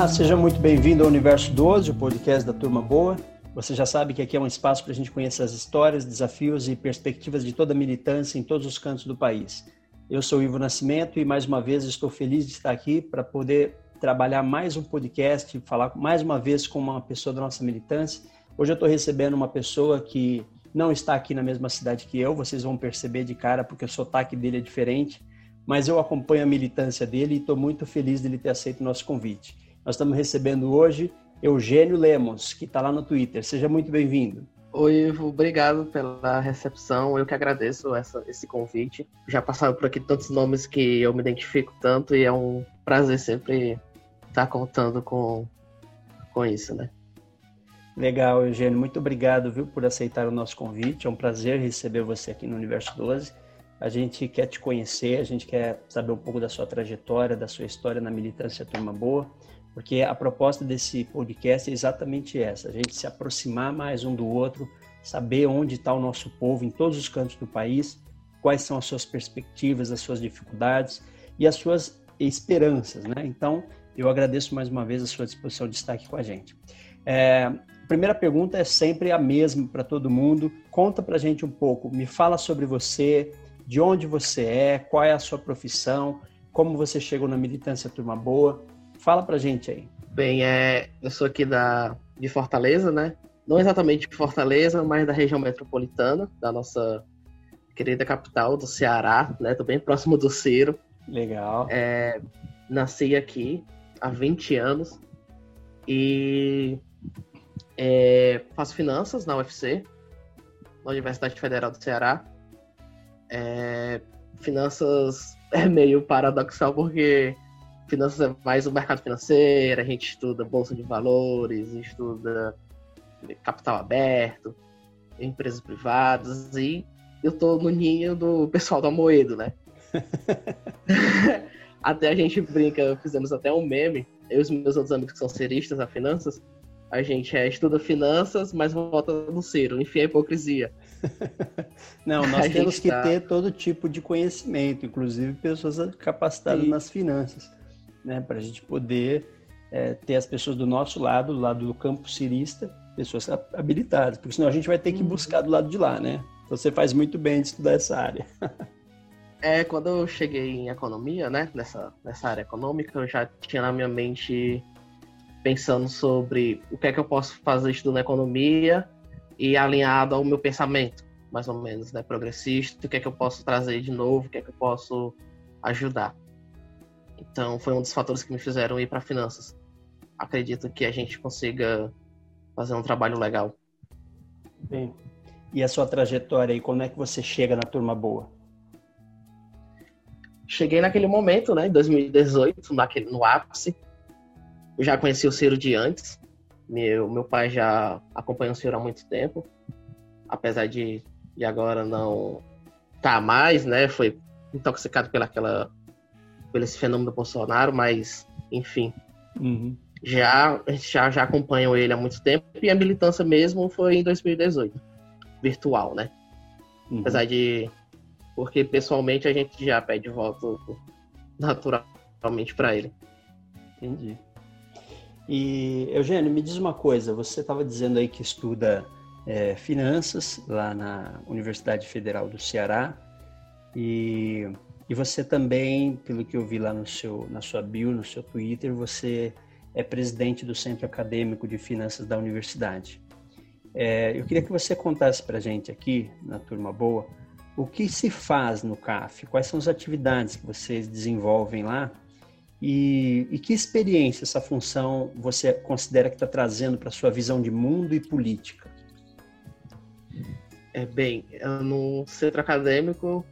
seja muito bem-vindo ao Universo 12, o podcast da Turma Boa. Você já sabe que aqui é um espaço para a gente conhecer as histórias, desafios e perspectivas de toda a militância em todos os cantos do país. Eu sou Ivo Nascimento e, mais uma vez, estou feliz de estar aqui para poder trabalhar mais um podcast, falar mais uma vez com uma pessoa da nossa militância. Hoje eu estou recebendo uma pessoa que não está aqui na mesma cidade que eu, vocês vão perceber de cara porque o sotaque dele é diferente, mas eu acompanho a militância dele e estou muito feliz dele ter aceito o nosso convite. Nós estamos recebendo hoje Eugênio Lemos, que está lá no Twitter. Seja muito bem-vindo. Oi, Ivo, obrigado pela recepção. Eu que agradeço esse convite. Já passaram por aqui tantos nomes que eu me identifico tanto e é um prazer sempre estar contando com isso, né? Legal, Eugênio. Muito obrigado, viu, por aceitar o nosso convite. É um prazer receber você aqui no Universo 12. A gente quer te conhecer, a gente quer saber um pouco da sua trajetória, da sua história na militância Turma Boa, porque a proposta desse podcast é exatamente essa, a gente se aproximar mais um do outro, saber onde está o nosso povo em todos os cantos do país, quais são as suas perspectivas, as suas dificuldades e as suas esperanças, né? Então, eu agradeço mais uma vez a sua disposição de estar aqui com a gente. A primeira pergunta é sempre a mesma para todo mundo. Conta para a gente um pouco, me fala sobre você, de onde você é, qual é a sua profissão, como você chegou na militância Turma Boa. Fala pra gente aí. Bem, eu sou aqui de Fortaleza, né? Não exatamente de Fortaleza, mas da região metropolitana, da nossa querida capital, do Ceará, né? Tô bem próximo do Ciro. Legal. Nasci aqui há 20 anos e faço finanças na UFC, na Universidade Federal do Ceará. Finanças é meio paradoxal porque finanças é mais o mercado financeiro, a gente estuda bolsa de valores, estuda capital aberto, empresas privadas, e eu tô no ninho do pessoal do Amoedo, né? Até a gente brinca, fizemos até um meme, eu e os meus outros amigos que são ceristas a finanças, a gente estuda finanças, mas volta no Ciro, enfim, a hipocrisia. Não, nós temos que ter todo tipo de conhecimento, inclusive pessoas capacitadas nas finanças, né? Para a gente poder ter as pessoas do nosso lado, do lado do campo cirista, pessoas habilitadas, porque senão a gente vai ter que buscar do lado de lá, né? Então você faz muito bem de estudar essa área. Quando eu cheguei em economia, né, nessa área econômica, eu já tinha na minha mente pensando sobre o que é que eu posso fazer estudando economia e alinhado ao meu pensamento, mais ou menos, né, progressista, o que é que eu posso trazer de novo, o que é que eu posso ajudar. Então, foi um dos fatores que me fizeram ir para finanças. Acredito que a gente consiga fazer um trabalho legal. Bem, e a sua trajetória aí, como é que você chega na Turma Boa? Cheguei naquele momento, né, em 2018, no ápice. Eu já conheci o Ciro de antes. Meu pai já acompanha o Ciro há muito tempo. Apesar de agora não estar mais, né? Foi intoxicado por esse fenômeno do Bolsonaro, mas, enfim. Uhum. Já acompanham ele há muito tempo. E a militância mesmo foi em 2018. Virtual, né? Uhum. Apesar de... Porque, pessoalmente, a gente já pede voto naturalmente para ele. Entendi. E, Eugênio, me diz uma coisa, você estava dizendo aí que estuda finanças lá na Universidade Federal do Ceará e você também, pelo que eu vi lá na sua bio, no seu Twitter, você é presidente do Centro Acadêmico de Finanças da Universidade. Eu queria que você contasse para a gente aqui, na Turma Boa, o que se faz no CAF, quais são as atividades que vocês desenvolvem lá, e que experiência essa função você considera que está trazendo para a sua visão de mundo e política? Bem, no centro acadêmico,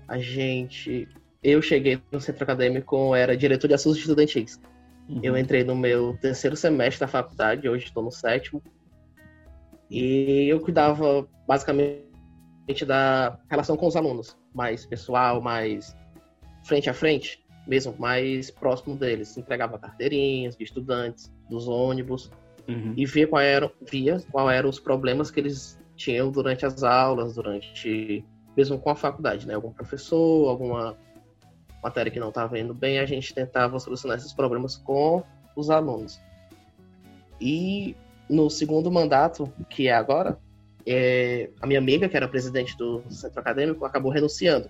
eu cheguei no centro acadêmico, era diretor de assuntos estudantis. Uhum. Eu entrei no meu 3º semestre da faculdade, hoje estou no 7º, e eu cuidava basicamente da relação com os alunos, mais pessoal, mais frente a frente, mesmo mais próximo deles. Entregava carteirinhas de estudantes, dos ônibus, e via qual eram os problemas que eles tinham durante as aulas, mesmo com a faculdade, né? Algum professor, alguma matéria que não estava indo bem, a gente tentava solucionar esses problemas com os alunos. E no segundo mandato, que é agora, a minha amiga, que era presidente do centro acadêmico, acabou renunciando.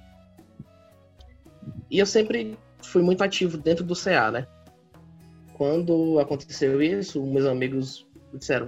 E eu sempre fui muito ativo dentro do CA, né? Quando aconteceu isso, meus amigos disseram,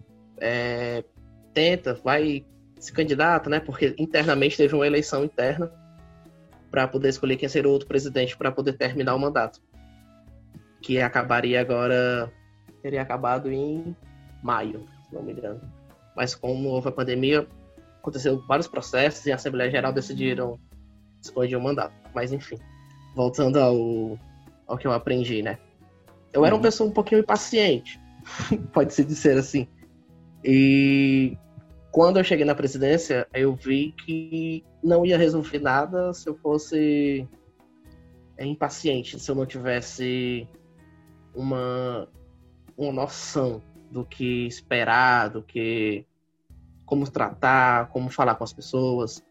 tenta, vai, se candidata, né? Porque internamente teve uma eleição interna para poder escolher quem seria o outro presidente para poder terminar o mandato. Que acabaria agora, teria acabado em maio, se não me engano. Mas como houve a pandemia, aconteceu vários processos e a Assembleia Geral decidiram expandir o mandato. Mas enfim, voltando ao que eu aprendi, né? Eu era uma pessoa um pouquinho impaciente, pode-se dizer assim. E quando eu cheguei na presidência, eu vi que não ia resolver nada se eu fosse impaciente, se eu não tivesse uma noção do que esperar, do que como tratar, como falar com as pessoas.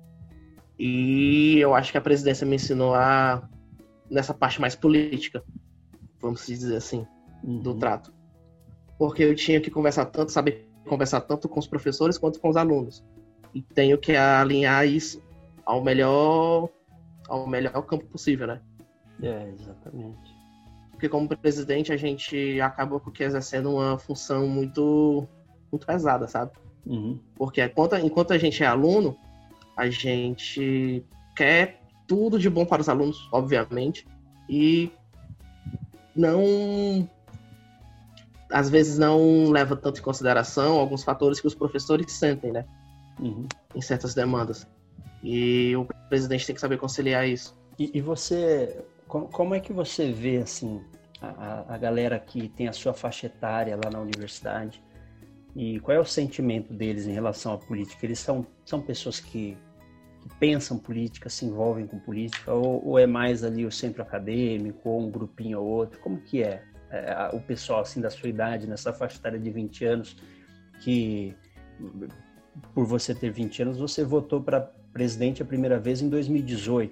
E eu acho que a presidência me ensinou nessa parte mais política, vamos dizer assim, do trato. Porque eu tinha que saber conversar tanto com os professores quanto com os alunos. E tenho que alinhar isso ao melhor campo possível, né? Exatamente. Porque como presidente a gente acaba exercendo uma função muito, muito pesada, sabe? Porque enquanto a gente é aluno, a gente quer tudo de bom para os alunos, obviamente, e às vezes não leva tanto em consideração alguns fatores que os professores sentem, né? Em certas demandas. E o presidente tem que saber conciliar isso. E você, como é que você vê, assim, a galera que tem a sua faixa etária lá na universidade? E qual é o sentimento deles em relação à política? Eles são pessoas que pensam política, se envolvem com política, ou é mais ali o centro acadêmico, ou um grupinho ou outro? Como que é o pessoal assim da sua idade, nessa faixa etária de 20 anos, que por você ter 20 anos, você votou para presidente a primeira vez em 2018,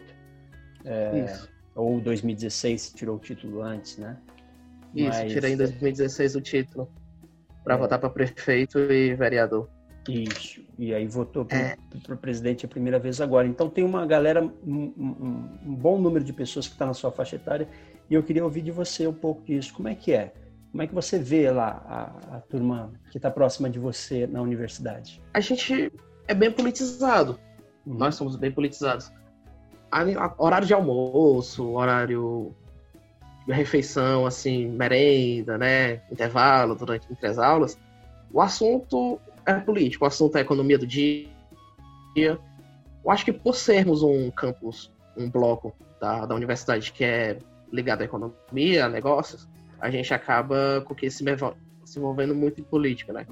ou 2016, se tirou o título antes, né? Isso, tirei em 2016 o título para votar para prefeito e vereador. Isso, e aí votou para o presidente a primeira vez agora. Então tem uma galera, um bom número de pessoas que está na sua faixa etária, e eu queria ouvir de você um pouco disso. Como é que é? Como é que você vê lá a turma que está próxima de você na universidade? A gente é bem politizado. Nós somos bem politizados. Horário de almoço, horário de refeição, assim, merenda, né? Intervalo entre as aulas. O assunto é político, o assunto é a economia do dia. Eu acho que por sermos um campus, um bloco da universidade que é ligado à economia, a negócios, a gente acaba com que se envolvendo muito em política, né?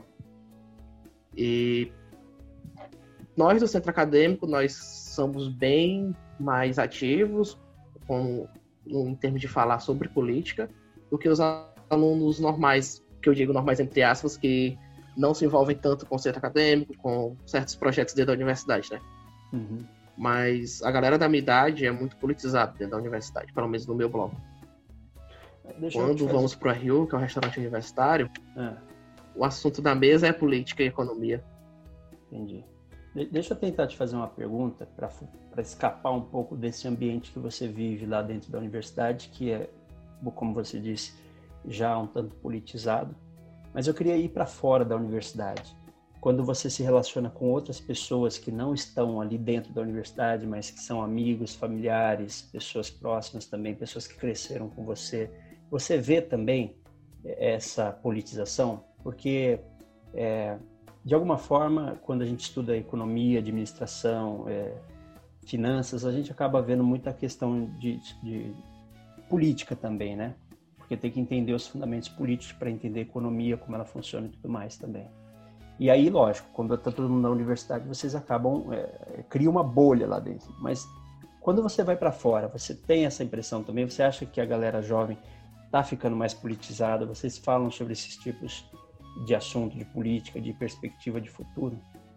E nós do centro acadêmico, nós somos bem mais ativos em termos de falar sobre política do que os alunos normais, que eu digo normais entre aspas, que não se envolvem tanto com o centro acadêmico, com certos projetos dentro da universidade, né? Mas a galera da minha idade é muito politizada dentro da universidade, pelo menos no meu bloco. Quando vamos pro RU, que é o restaurante universitário, o assunto da mesa é política e economia. Entendi. Deixa eu tentar te fazer uma pergunta para escapar um pouco desse ambiente que você vive lá dentro da universidade, que é, como você disse, já um tanto politizado. Mas eu queria ir para fora da universidade. Quando você se relaciona com outras pessoas que não estão ali dentro da universidade, mas que são amigos, familiares, pessoas próximas também, pessoas que cresceram com você, você vê também essa politização? Porque, de alguma forma, quando a gente estuda economia, administração, finanças, a gente acaba vendo muita questão de política também, né? Porque tem que entender os fundamentos políticos para entender a economia, como ela funciona e tudo mais também. E aí, lógico, quando está todo mundo na universidade, vocês acabam, cria uma bolha lá dentro. Mas quando você vai para fora, você tem essa impressão também? Você acha que a galera jovem está ficando mais politizada? Vocês falam sobre esses tipos de assunto, de política, de perspectiva de futuro?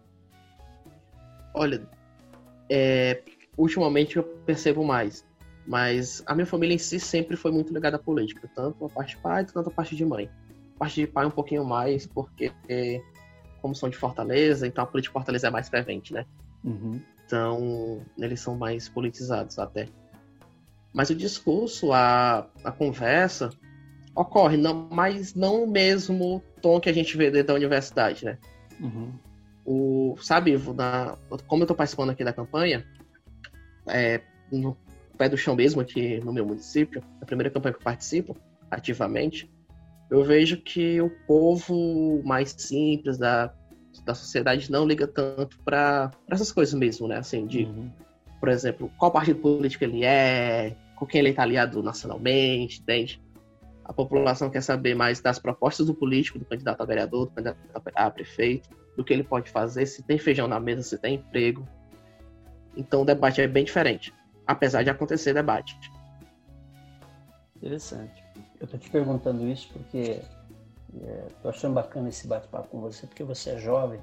Olha, ultimamente eu percebo mais. Mas a minha família em si sempre foi muito ligada à política, tanto a parte de pai quanto a parte de mãe. participar um pouquinho mais, porque como são de Fortaleza, então a política de Fortaleza é mais fervente, né? Uhum. Então, eles são mais politizados até. Mas o discurso, a conversa, ocorre, mas não o mesmo tom que a gente vê dentro da universidade, né? Uhum. Como eu estou participando aqui da campanha, no pé do chão mesmo, aqui no meu município, a primeira campanha que eu participo ativamente, eu vejo que o povo mais simples da sociedade não liga tanto para essas coisas mesmo, né? Assim, por exemplo, qual partido político ele é, com quem ele está aliado nacionalmente, entende? A população quer saber mais das propostas do político, do candidato a vereador, do candidato a prefeito, do que ele pode fazer, se tem feijão na mesa, se tem emprego. Então o debate é bem diferente, apesar de acontecer debate. Interessante. Eu tô te perguntando isso porque tô achando bacana esse bate-papo com você, porque você é jovem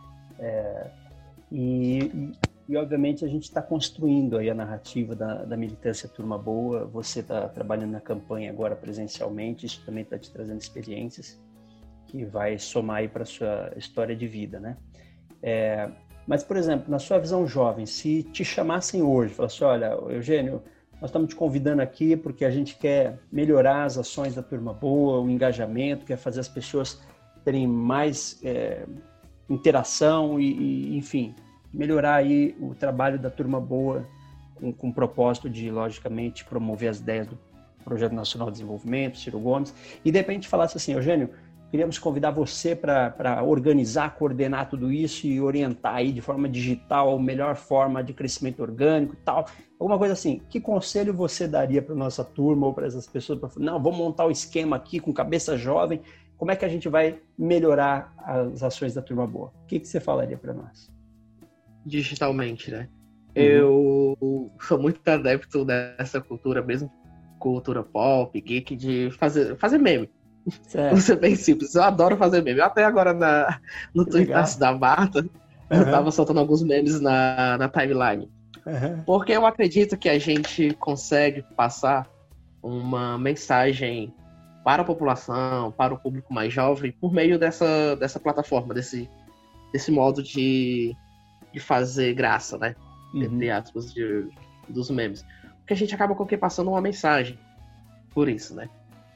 e obviamente a gente está construindo aí a narrativa da militância Turma Boa. Você está trabalhando na campanha agora presencialmente, isso também está te trazendo experiências que vai somar aí para a sua história de vida, né? Mas, por exemplo, na sua visão jovem, se te chamassem hoje, falassem, olha, Eugênio, nós estamos te convidando aqui porque a gente quer melhorar as ações da Turma Boa, o engajamento, quer fazer as pessoas terem mais interação e, enfim, melhorar aí o trabalho da Turma Boa com o propósito de, logicamente, promover as ideias do Projeto Nacional de Desenvolvimento, Ciro Gomes, e de repente falasse assim, Eugênio, queríamos convidar você para organizar, coordenar tudo isso e orientar aí de forma digital a melhor forma de crescimento orgânico e tal. Alguma coisa assim. Que conselho você daria para a nossa turma ou para essas pessoas? Não, vamos montar um esquema aqui com cabeça jovem. Como é que a gente vai melhorar as ações da Turma Boa? O que você falaria para nós? Digitalmente, né? Eu sou muito adepto dessa cultura mesmo, cultura pop, geek, de fazer meme. Certo. Vou ser bem simples, eu adoro fazer meme. Até agora no Twitter da Marta, eu tava soltando alguns memes na timeline. Porque eu acredito que a gente consegue passar uma mensagem para a população, para o público mais jovem, por meio dessa plataforma, desse modo de fazer graça, né? Entre aspas, dos memes. Porque a gente acaba passando uma mensagem por isso, né?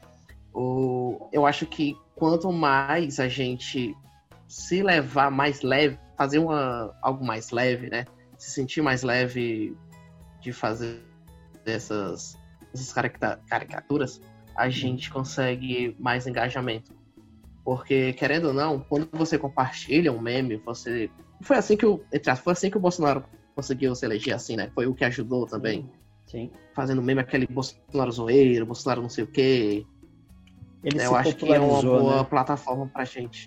Eu acho que quanto mais a gente se levar mais leve, fazer algo mais leve, né? Se sentir mais leve de fazer essas caricaturas, a gente consegue mais engajamento. Porque, querendo ou não, quando você compartilha um meme, foi assim que o Bolsonaro conseguiu se eleger assim, né? Foi o que ajudou também. Sim. Fazendo meme aquele Bolsonaro zoeiro, Bolsonaro não sei o quê. Eu acho que é uma boa plataforma pra gente.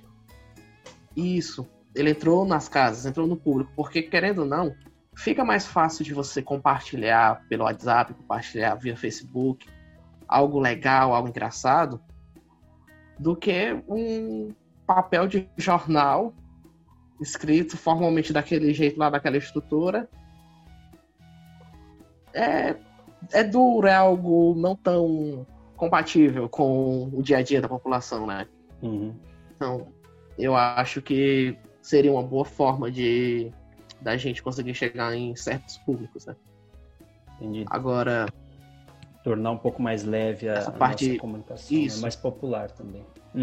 Isso. Ele entrou nas casas, entrou no público, porque, querendo ou não, fica mais fácil de você compartilhar pelo WhatsApp, compartilhar via Facebook, algo legal, algo engraçado, do que um papel de jornal escrito formalmente daquele jeito lá, daquela estrutura. É duro, é algo não tão compatível com o dia a dia da população, né? Então, eu acho que seria uma boa forma da gente conseguir chegar em certos públicos, né? Entendi. Agora, tornar um pouco mais leve a nossa comunicação, né? Mais popular também.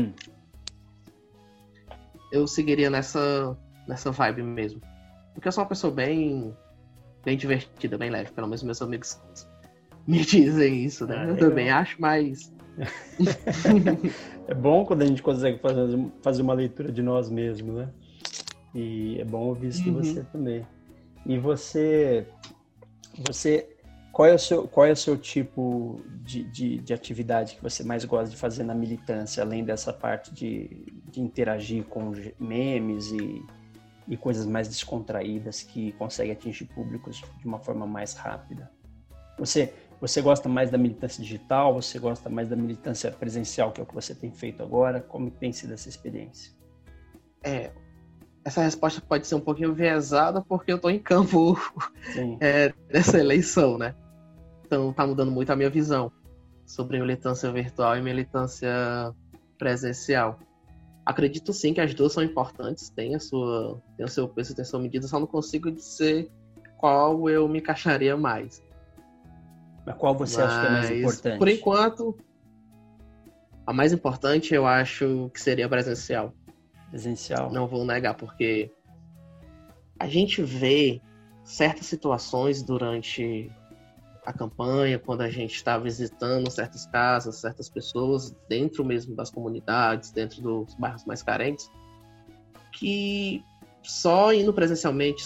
Eu seguiria nessa vibe mesmo. Porque eu sou uma pessoa bem divertida, bem leve. Pelo menos meus amigos me dizem isso, né? Eu também acho, mas... É bom quando a gente consegue fazer uma leitura de nós mesmos, né? E é bom ouvir isso de você também. E você qual é o seu tipo de atividade que você mais gosta de fazer na militância, além dessa parte de interagir com memes e coisas mais descontraídas que conseguem atingir públicos de uma forma mais rápida? Você gosta mais da militância digital? Você gosta mais da militância presencial, que é o que você tem feito agora? Como tem sido essa experiência? Essa resposta pode ser um pouquinho viesada, porque eu estou em campo nessa eleição, né? Então tá mudando muito a minha visão sobre militância virtual e militância presencial? Acredito sim que as duas são importantes, tem o seu peso, tem a sua medida, só não consigo dizer qual eu me encaixaria mais. Mas qual você acha que é mais importante? Por enquanto, a mais importante eu acho que seria presencial. Presencial? Não vou negar, porque a gente vê certas situações durante a campanha, quando a gente está visitando certas casas, certas pessoas, dentro mesmo das comunidades, dentro dos bairros mais carentes, que só indo presencialmente,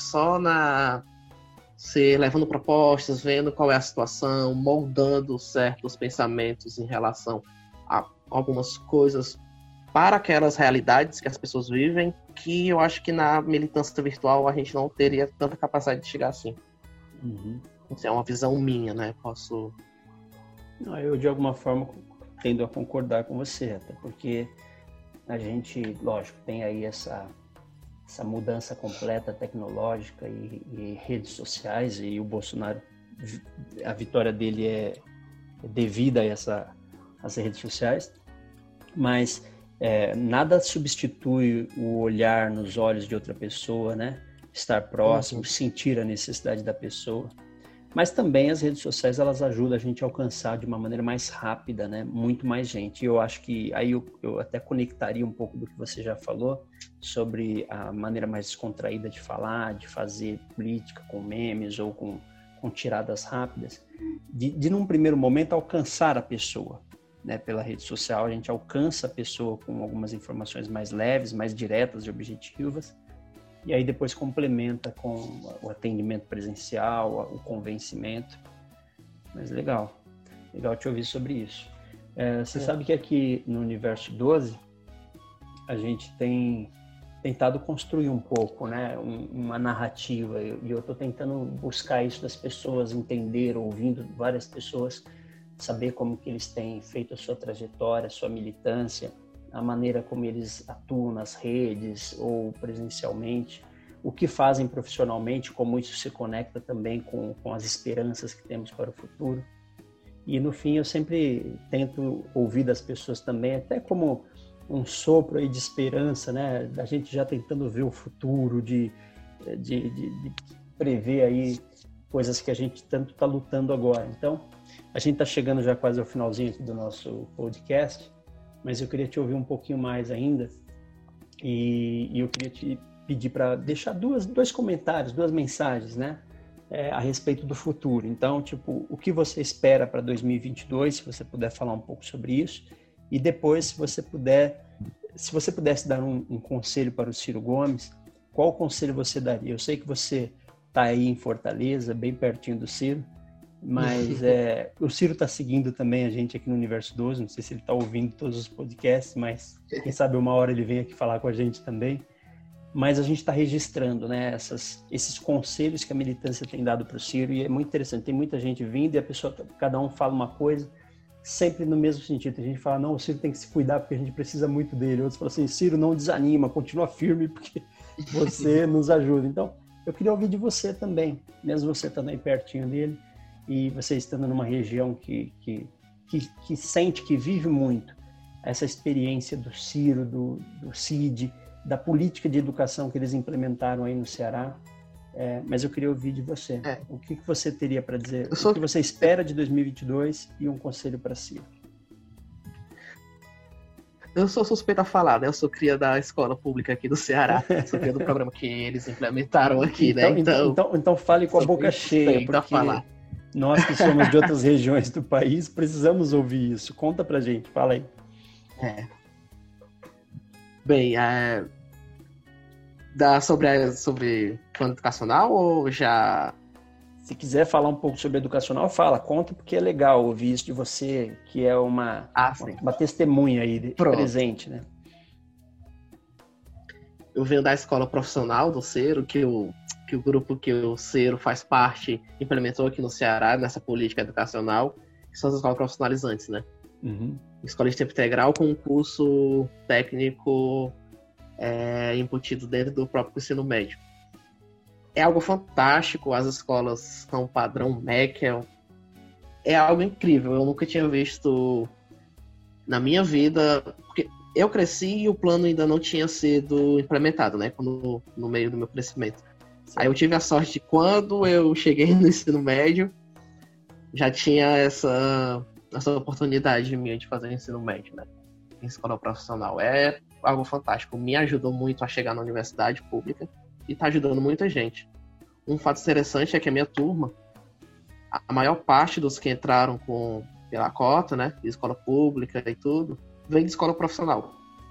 você levando propostas, vendo qual é a situação, moldando certos pensamentos em relação a algumas coisas para aquelas realidades que as pessoas vivem, que eu acho que na militância virtual a gente não teria tanta capacidade de chegar assim. Uhum. Isso é uma visão minha, né? Eu, de alguma forma, tendo a concordar com você, até porque a gente, lógico, tem aí essa mudança completa tecnológica e redes sociais, e o Bolsonaro, a vitória dele é devida a essas redes sociais, mas nada substitui o olhar nos olhos de outra pessoa, né? Estar próximo, sentir a necessidade da pessoa. Mas também as redes sociais, elas ajudam a gente a alcançar de uma maneira mais rápida, né? Muito mais gente. E eu acho que aí eu até conectaria um pouco do que você já falou sobre a maneira mais descontraída de falar, de fazer política com memes ou com tiradas rápidas, de num primeiro momento alcançar a pessoa, né? Pela rede social a gente alcança a pessoa com algumas informações mais leves, mais diretas e objetivas, e aí depois complementa com o atendimento presencial, o convencimento. Mas legal te ouvir sobre isso. Você sabe que aqui no Universo 12 a gente tem tentado construir um pouco, né, uma narrativa, e eu estou tentando buscar isso das pessoas, entender, ouvindo várias pessoas, saber como que eles têm feito a sua trajetória, a sua militância, a maneira como eles atuam nas redes ou presencialmente, o que fazem profissionalmente, como isso se conecta também com as esperanças que temos para o futuro. E no fim eu sempre tento ouvir das pessoas também, até como um sopro aí de esperança, né? Da gente já tentando ver o futuro, de prever aí coisas que a gente tanto está lutando agora. Então, a gente está chegando já quase ao finalzinho aqui do nosso podcast, mas eu queria te ouvir um pouquinho mais ainda, e eu queria te pedir para deixar dois comentários, duas mensagens, né? A respeito do futuro. Então, tipo, o que você espera para 2022, se você puder falar um pouco sobre isso, e depois, se você pudesse dar um conselho para o Ciro Gomes, qual conselho você daria? Eu sei que você está aí em Fortaleza, bem pertinho do Ciro, mas o Ciro está seguindo também a gente aqui no Universo 12, não sei se ele está ouvindo todos os podcasts, mas quem sabe uma hora ele vem aqui falar com a gente também. Mas a gente está registrando, né, esses conselhos que a militância tem dado para o Ciro, e é muito interessante, tem muita gente vindo e cada um fala uma coisa, sempre no mesmo sentido. A gente fala, não, o Ciro tem que se cuidar porque a gente precisa muito dele. Outros falam assim, Ciro, não desanima, continua firme porque você nos ajuda. Então, eu queria ouvir de você também, mesmo você estando aí pertinho dele e você estando numa região que sente, que vive muito essa experiência do Ciro, do Cid, da política de educação que eles implementaram aí no Ceará. Mas eu queria ouvir de você. O que você teria para dizer? O que você espera de 2022 e um conselho para si? Eu sou suspeita a falar, né? Eu sou cria da escola pública aqui do Ceará. Sou cria do programa que eles implementaram aqui, né? Então fale com a boca cheia, porque nós que somos de outras regiões do país precisamos ouvir isso. Conta pra gente, fala aí. Bem, sobre plano educacional ou já... Se quiser falar um pouco sobre educacional, conta, porque é legal ouvir isso de você, que é uma testemunha aí presente, né? Eu venho da escola profissional do Ciro, que o grupo que o Ciro faz parte implementou aqui no Ceará, nessa política educacional, que são as escolas profissionalizantes, né? Uhum. Escola de tempo integral com um curso técnico embutido dentro do próprio ensino médio. É algo fantástico, as escolas são padrão MEC, é algo incrível. Eu nunca tinha visto na minha vida, porque eu cresci e o plano ainda não tinha sido implementado, né? No meio do meu crescimento. Sim. Aí eu tive a sorte de quando eu cheguei no ensino médio, já tinha essa oportunidade minha de fazer ensino médio, né? Em escola profissional. É algo fantástico. Me ajudou muito a chegar na universidade pública e está ajudando muita gente. Um fato interessante é que a minha turma, a maior parte dos que entraram pela cota, né? De escola pública e tudo, vem de escola profissional.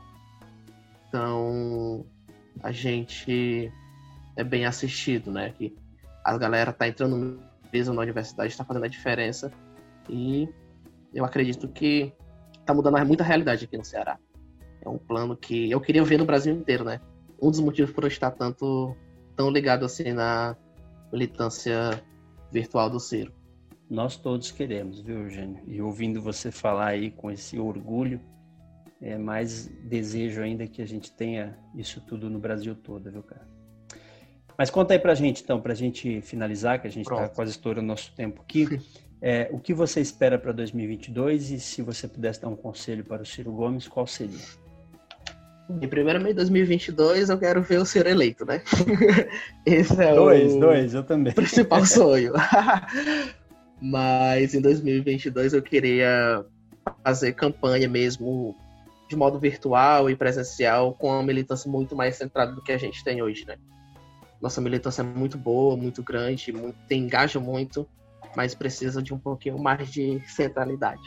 Então, a gente é bem assistido, né? Que a galera tá entrando mesmo na universidade, está fazendo a diferença. E eu acredito que tá mudando muita realidade aqui no Ceará. É um plano que eu queria ver no Brasil inteiro, né? Um dos motivos por eu estar tão ligado assim na militância virtual do Ciro. Nós todos queremos, viu, Eugênio? E ouvindo você falar aí com esse orgulho, é mais desejo ainda que a gente tenha isso tudo no Brasil todo, viu, cara? Mas conta aí pra gente, então, pra gente finalizar, que a gente tá quase estourando nosso tempo aqui. O que você espera para 2022 e se você pudesse dar um conselho para o Ciro Gomes, qual seria? Em primeiramente, 2022, eu quero ver o Ciro eleito, né? Esse é eu também. Principal sonho. Mas em 2022 eu queria fazer campanha mesmo de modo virtual e presencial com uma militância muito mais centrada do que a gente tem hoje, né? Nossa militância é muito boa, muito grande, engaja muito, mas precisa de um pouquinho mais de centralidade.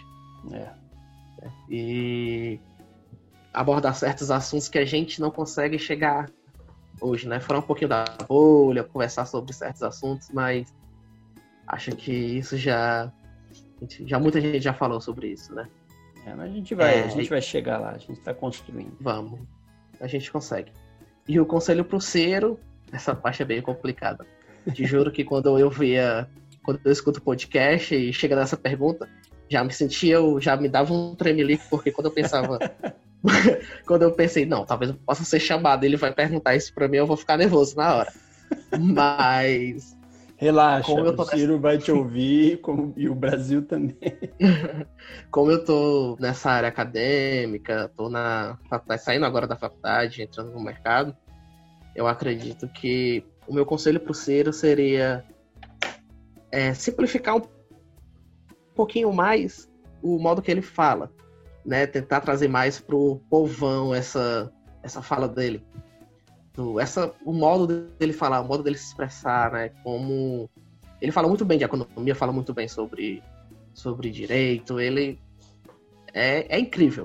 E abordar certos assuntos que a gente não consegue chegar hoje, né? Falar um pouquinho da bolha, conversar sobre certos assuntos, mas acho que isso já muita gente já falou sobre isso, né? Mas a gente vai chegar lá, a gente está construindo. Vamos, a gente consegue. E o conselho pro Ciro, essa parte é bem complicada. Te juro que quando eu escuto o podcast e chega nessa pergunta, já me dava um tremelique, porque quando eu pensei, não, talvez eu possa ser chamado, ele vai perguntar isso pra mim, eu vou ficar nervoso na hora. Mas relaxa, o Ciro vai te ouvir e o Brasil também. Como eu tô nessa área acadêmica, tô na faculdade, saindo agora da faculdade, entrando no mercado, eu acredito que o meu conselho pro Ciro seria simplificar um pouquinmo mais o modo que ele fala, né? Tentar trazer mais pro povão essa fala dele. O modo dele falar, o modo dele se expressar, né? Como ele fala muito bem de economia, fala muito bem sobre direito, ele é incrível.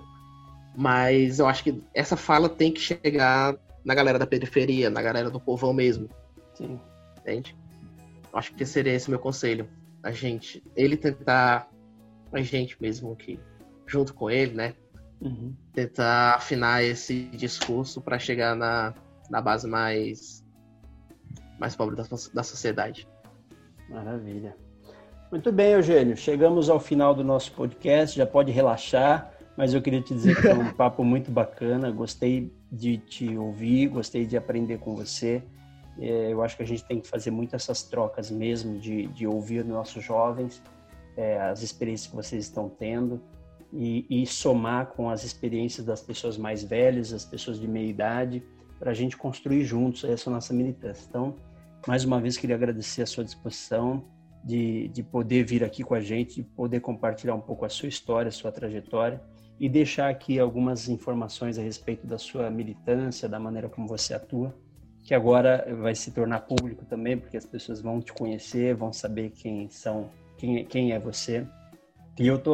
Mas eu acho que essa fala tem que chegar na galera da periferia, na galera do povão mesmo. Sim. Entende? Eu acho que seria esse o meu conselho. Ele tentar, a gente mesmo que junto com ele, né? Uhum. Tentar afinar esse discurso para chegar na base mais pobre da sociedade. Maravilha. Muito bem, Eugênio. Chegamos ao final do nosso podcast. Já pode relaxar, mas eu queria te dizer que foi um papo muito bacana. Gostei de te ouvir, gostei de aprender com você. Eu acho que a gente tem que fazer muito essas trocas mesmo, de ouvir nossos jovens, as experiências que vocês estão tendo e somar com as experiências das pessoas mais velhas, as pessoas de meia idade, para a gente construir juntos essa nossa militância. Então, mais uma vez, queria agradecer a sua disposição de poder vir aqui com a gente, de poder compartilhar um pouco a sua história, a sua trajetória e deixar aqui algumas informações a respeito da sua militância, da maneira como você atua, que agora vai se tornar público também, porque as pessoas vão te conhecer, vão saber quem é você. E eu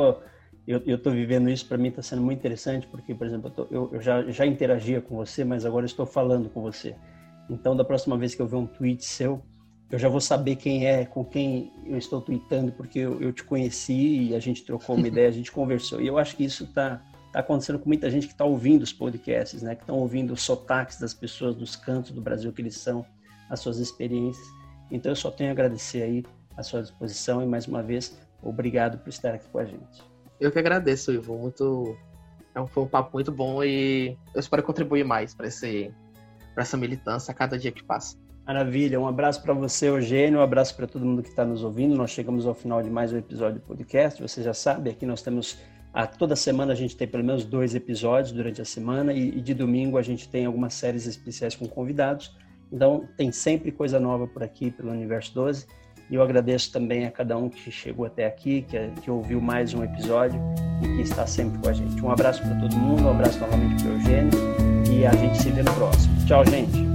tô vivendo isso, para mim está sendo muito interessante, porque, por exemplo, eu já interagia com você, mas agora eu estou falando com você. Então, da próxima vez que eu ver um tweet seu, eu já vou saber quem é, com quem eu estou tweetando, porque eu te conheci e a gente trocou uma ideia, a gente conversou. E eu acho que isso está acontecendo com muita gente que está ouvindo os podcasts, né? Que estão ouvindo os sotaques das pessoas dos cantos do Brasil que eles são, as suas experiências. Então, eu só tenho a agradecer aí a sua disposição e, mais uma vez, obrigado por estar aqui com a gente. Eu que agradeço, Ivo. Foi um papo muito bom e eu espero contribuir mais para essa militância a cada dia que passa. Maravilha. Um abraço para você, Eugênio. Um abraço para todo mundo que está nos ouvindo. Nós chegamos ao final de mais um episódio do podcast. Você já sabe, aqui nós temos Toda semana a gente tem pelo menos 2 episódios durante a semana e de domingo a gente tem algumas séries especiais com convidados. Então tem sempre coisa nova por aqui pelo Universo 12. E eu agradeço também a cada um que chegou até aqui, que ouviu mais um episódio e que está sempre com a gente. Um abraço para todo mundo, um abraço novamente para o Eugênio e a gente se vê no próximo. Tchau, gente!